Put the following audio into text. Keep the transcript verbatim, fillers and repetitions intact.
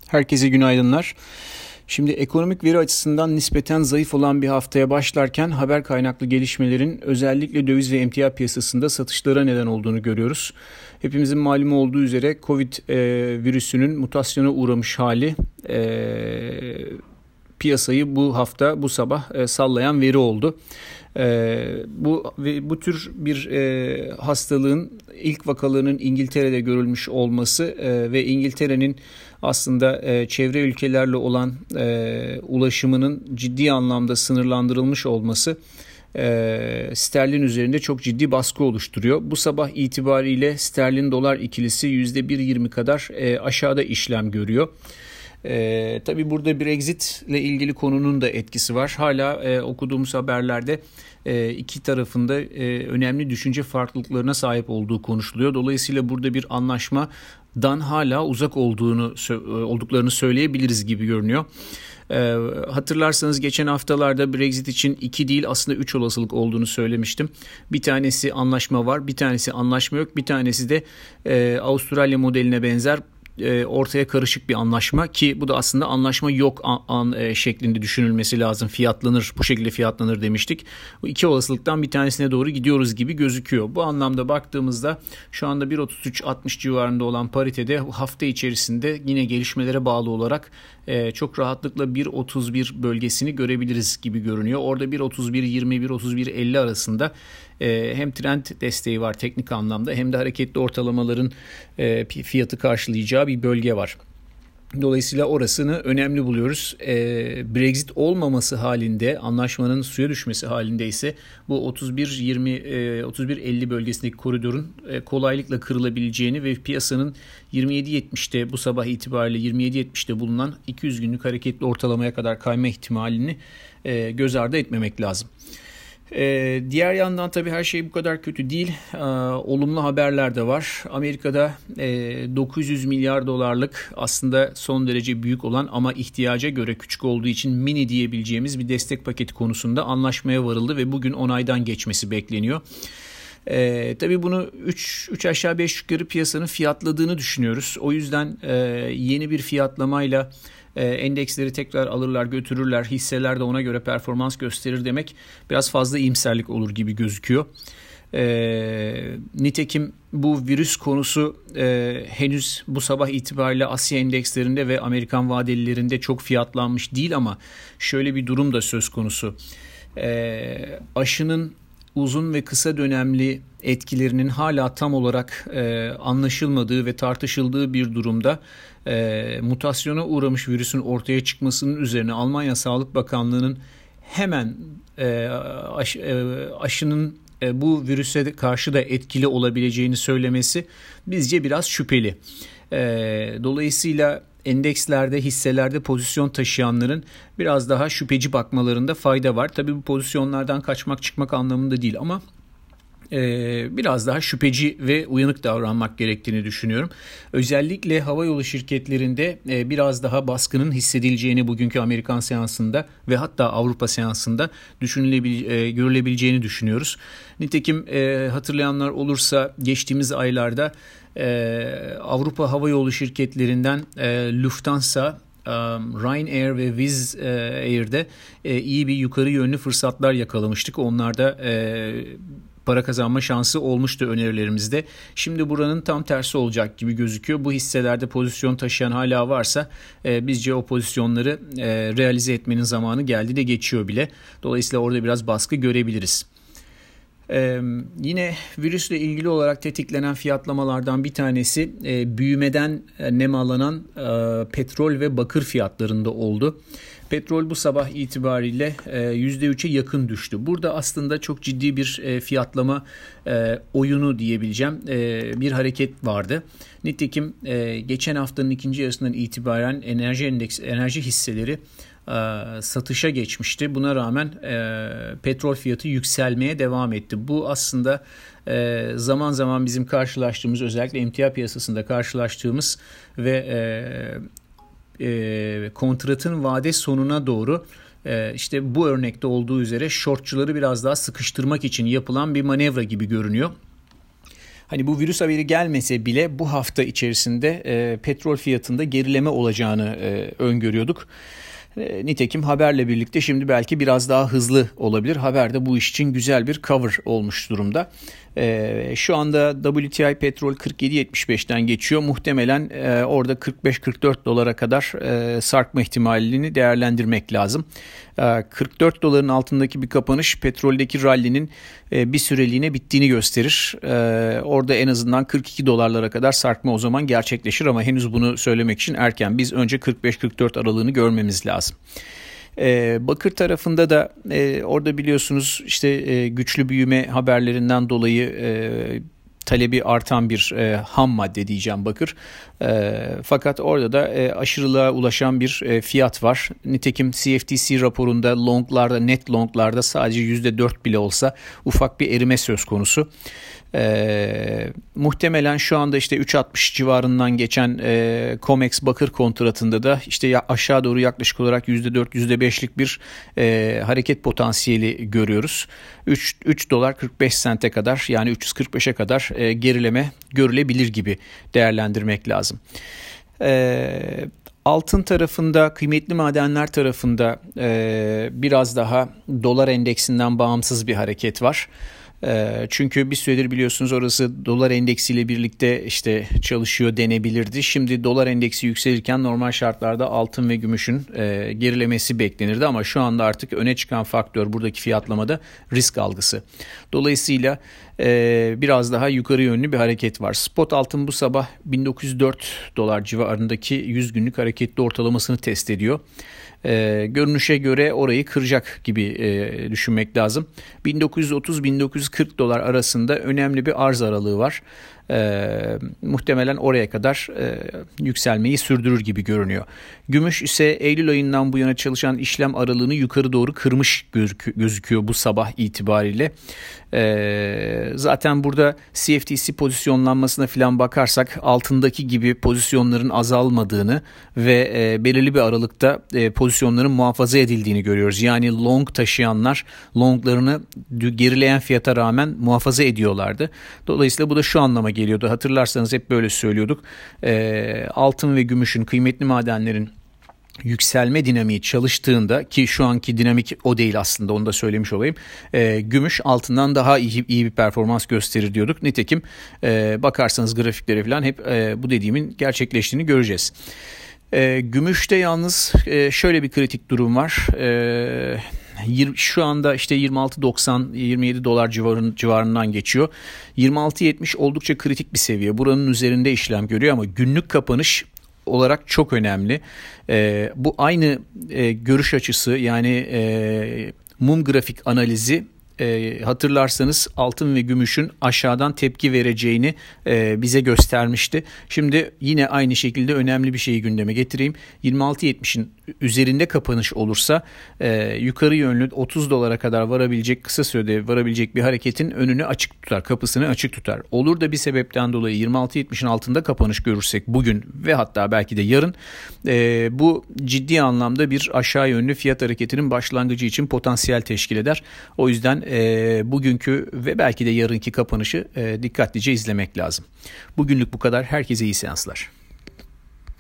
Herkese günaydınlar. Şimdi ekonomik veri açısından nispeten zayıf olan bir haftaya başlarken haber kaynaklı gelişmelerin özellikle döviz ve emtia piyasasında satışlara neden olduğunu görüyoruz. Hepimizin malumu olduğu üzere Covid e, virüsünün mutasyona uğramış hali e, piyasayı bu hafta, bu sabah e, sallayan veri oldu. Ee, bu ve bu tür bir e, hastalığın ilk vakalarının İngiltere'de görülmüş olması e, ve İngiltere'nin aslında e, çevre ülkelerle olan e, ulaşımının ciddi anlamda sınırlandırılmış olması e, sterlin üzerinde çok ciddi baskı oluşturuyor. Bu sabah itibariyle sterlin dolar ikilisi yüzde bir virgül yirmi kadar e, aşağıda işlem görüyor. Ee, tabii burada Brexit ile ilgili konunun da etkisi var. Hala e, okuduğumuz haberlerde e, iki tarafında e, önemli düşünce farklılıklarına sahip olduğu konuşuluyor. Dolayısıyla burada bir anlaşmadan hala uzak olduğunu olduklarını söyleyebiliriz gibi görünüyor. Ee, hatırlarsanız geçen haftalarda Brexit için iki değil aslında üç olasılık olduğunu söylemiştim. Bir tanesi anlaşma var, bir tanesi anlaşma yok, bir tanesi de e, Avustralya modeline benzer ortaya karışık bir anlaşma ki bu da aslında anlaşma yok an, an, e, şeklinde düşünülmesi lazım. Fiyatlanır, bu şekilde fiyatlanır demiştik. Bu iki olasılıktan bir tanesine doğru gidiyoruz gibi gözüküyor. Bu anlamda baktığımızda şu anda bir virgül otuz üç altmış civarında olan paritede hafta içerisinde yine gelişmelere bağlı olarak e, çok rahatlıkla bir virgül otuz bir bölgesini görebiliriz gibi görünüyor. Orada bir virgül otuz bir yirmi, bir virgül otuz bir elli arasında e, hem trend desteği var teknik anlamda hem de hareketli ortalamaların e, fiyatı karşılayacağı bir bölge var. Dolayısıyla orasını önemli buluyoruz. Ee, Brexit olmaması halinde, anlaşmanın suya düşmesi halinde ise bu otuz bir yirmi otuz bir elli bölgesindeki koridorun e, kolaylıkla kırılabileceğini ve piyasanın yirmi yedi yetmişte bu sabah itibariyle yirmi yedi yetmişte bulunan iki yüz günlük hareketli ortalamaya kadar kayma ihtimalini e, göz ardı etmemek lazım. Ee, diğer yandan tabii her şey bu kadar kötü değil. Ee, olumlu haberler de var. Amerika'da e, dokuz yüz milyar dolarlık aslında son derece büyük olan ama ihtiyaca göre küçük olduğu için mini diyebileceğimiz bir destek paketi konusunda anlaşmaya varıldı ve bugün onaydan geçmesi bekleniyor. Ee, tabii bunu üç aşağı beş yukarı piyasanın fiyatladığını düşünüyoruz. O yüzden e, yeni bir fiyatlamayla e, endeksleri tekrar alırlar götürürler, hisseler de ona göre performans gösterir demek biraz fazla iyimserlik olur gibi gözüküyor. E, nitekim bu virüs konusu e, henüz bu sabah itibariyle Asya endekslerinde ve Amerikan vadelilerinde çok fiyatlanmış değil ama şöyle bir durum da söz konusu. E, aşının uzun ve kısa dönemli etkilerinin hala tam olarak e, anlaşılmadığı ve tartışıldığı bir durumda e, mutasyona uğramış virüsün ortaya çıkmasının üzerine Almanya Sağlık Bakanlığı'nın hemen e, aş, e, aşının e, bu virüse karşı da etkili olabileceğini söylemesi bizce biraz şüpheli. E, dolayısıyla endekslerde, hisselerde pozisyon taşıyanların biraz daha şüpheci bakmalarında fayda var. Tabii bu pozisyonlardan kaçmak çıkmak anlamında değil ama e, biraz daha şüpheci ve uyanık davranmak gerektiğini düşünüyorum. Özellikle havayolu şirketlerinde e, biraz daha baskının hissedileceğini bugünkü Amerikan seansında ve hatta Avrupa seansında düşünülebil, e, görülebileceğini düşünüyoruz. Nitekim e, hatırlayanlar olursa geçtiğimiz aylarda Ee, Avrupa havayolu şirketlerinden e, Lufthansa, e, Ryanair ve Wizz Air'de e, iyi bir yukarı yönlü fırsatlar yakalamıştık. Onlarda e, para kazanma şansı olmuştu önerilerimizde. Şimdi buranın tam tersi olacak gibi gözüküyor. Bu hisselerde pozisyon taşıyan hala varsa e, bizce o pozisyonları e, realize etmenin zamanı geldi de geçiyor bile. Dolayısıyla orada biraz baskı görebiliriz. Ee, yine virüsle ilgili olarak tetiklenen fiyatlamalardan bir tanesi e, büyümeden e, nemalanan e, petrol ve bakır fiyatlarında oldu. Petrol bu sabah itibariyle e, yüzde üçe yakın düştü. Burada aslında çok ciddi bir e, fiyatlama e, oyunu diyebileceğim e, bir hareket vardı. Nitekim e, geçen haftanın ikinci yarısından itibaren enerji endeks, enerji hisseleri satışa geçmişti. Buna rağmen e, petrol fiyatı yükselmeye devam etti. Bu aslında e, zaman zaman bizim karşılaştığımız, özellikle emtia piyasasında karşılaştığımız ve e, e, kontratın vade sonuna doğru e, işte bu örnekte olduğu üzere shortçuları biraz daha sıkıştırmak için yapılan bir manevra gibi görünüyor. Hani bu virüs haberi gelmese bile bu hafta içerisinde e, petrol fiyatında gerileme olacağını e, öngörüyorduk. E, nitekim haberle birlikte şimdi belki biraz daha hızlı olabilir. Haber de bu iş için güzel bir cover olmuş durumda. E, şu anda W T I petrol kırk yedi yetmiş beşten geçiyor. Muhtemelen e, orada kırk beş kırk dört dolara kadar e, sarkma ihtimalini değerlendirmek lazım. E, kırk dört doların altındaki bir kapanış petroldeki rally'nin e, bir süreliğine bittiğini gösterir. E, orada en azından kırk iki dolarlara kadar sarkma o zaman gerçekleşir ama henüz bunu söylemek için erken. Biz önce kırk beş kırk dört aralığını görmemiz lazım. Ee, Bakır tarafında da e, orada biliyorsunuz işte e, güçlü büyüme haberlerinden dolayı e, talebi artan bir e, ham madde diyeceğim bakır. E, fakat orada da e, aşırılığa ulaşan bir e, fiyat var. Nitekim C F T C raporunda longlarda, net longlarda sadece yüzde dört bile olsa ufak bir erime söz konusu. Ee, muhtemelen şu anda işte üç altmış civarından geçen e, COMEX bakır kontratında da işte ya aşağı doğru yaklaşık olarak yüzde dört yüzde beşlik bir e, hareket potansiyeli görüyoruz. üç dolar kırk beş sente kadar, yani üç yüz kırk beşe kadar e, gerileme görülebilir gibi değerlendirmek lazım. Ee, Altın tarafında, kıymetli madenler tarafında e, biraz daha dolar endeksinden bağımsız bir hareket var. Çünkü bir süredir biliyorsunuz orası dolar endeksiyle birlikte işte çalışıyor denebilirdi. Şimdi dolar endeksi yükselirken normal şartlarda altın ve gümüşün e, gerilemesi beklenirdi ama şu anda artık öne çıkan faktör buradaki fiyatlamada risk algısı. Dolayısıyla e, biraz daha yukarı yönlü bir hareket var. Spot altın bu sabah bin dokuz yüz dört dolar civarındaki yüz günlük hareketli ortalamasını test ediyor. Ee, görünüşe göre orayı kıracak gibi e, düşünmek lazım. bin dokuz yüz otuz bin dokuz yüz kırk dolar arasında önemli bir arz aralığı var. Ee, muhtemelen oraya kadar e, yükselmeyi sürdürür gibi görünüyor. Gümüş ise Eylül ayından bu yana çalışan işlem aralığını yukarı doğru kırmış gözükü- gözüküyor bu sabah itibariyle. Ee, zaten burada C F T C pozisyonlanmasına falan bakarsak altındaki gibi pozisyonların azalmadığını ve e, belirli bir aralıkta e, pozisyonların muhafaza edildiğini görüyoruz. Yani long taşıyanlar longlarını gerileyen fiyata rağmen muhafaza ediyorlardı. Dolayısıyla bu da şu anlama geliyordu. Hatırlarsanız hep böyle söylüyorduk. E, altın ve gümüşün, kıymetli madenlerin yükselme dinamiği çalıştığında, ki şu anki dinamik o değil aslında, onu da söylemiş olayım. E, gümüş altından daha iyi, iyi bir performans gösterir diyorduk. Nitekim e, bakarsanız grafiklere falan hep e, bu dediğimin gerçekleştiğini göreceğiz. E, gümüşte yalnız e, şöyle bir kritik durum var. E, Şu anda işte yirmi altı doksan yirmi yedi dolar civarın, civarından geçiyor. yirmi altı yetmiş oldukça kritik bir seviye. Buranın üzerinde işlem görüyor ama günlük kapanış olarak çok önemli. E, bu aynı e, görüş açısı, yani e, mum grafik analizi e, hatırlarsanız altın ve gümüşün aşağıdan tepki vereceğini e, bize göstermişti. Şimdi yine aynı şekilde önemli bir şeyi gündeme getireyim. yirmi altı yetmişin üzerinde kapanış olursa e, yukarı yönlü otuz dolara kadar varabilecek, kısa sürede varabilecek bir hareketin önünü açık tutar, kapısını açık tutar. Olur da bir sebepten dolayı yirmi altı yetmişin altında kapanış görürsek bugün ve hatta belki de yarın, e, bu ciddi anlamda bir aşağı yönlü fiyat hareketinin başlangıcı için potansiyel teşkil eder. O yüzden e, bugünkü ve belki de yarınki kapanışı e, dikkatlice izlemek lazım. Bugünlük bu kadar. Herkese iyi seanslar.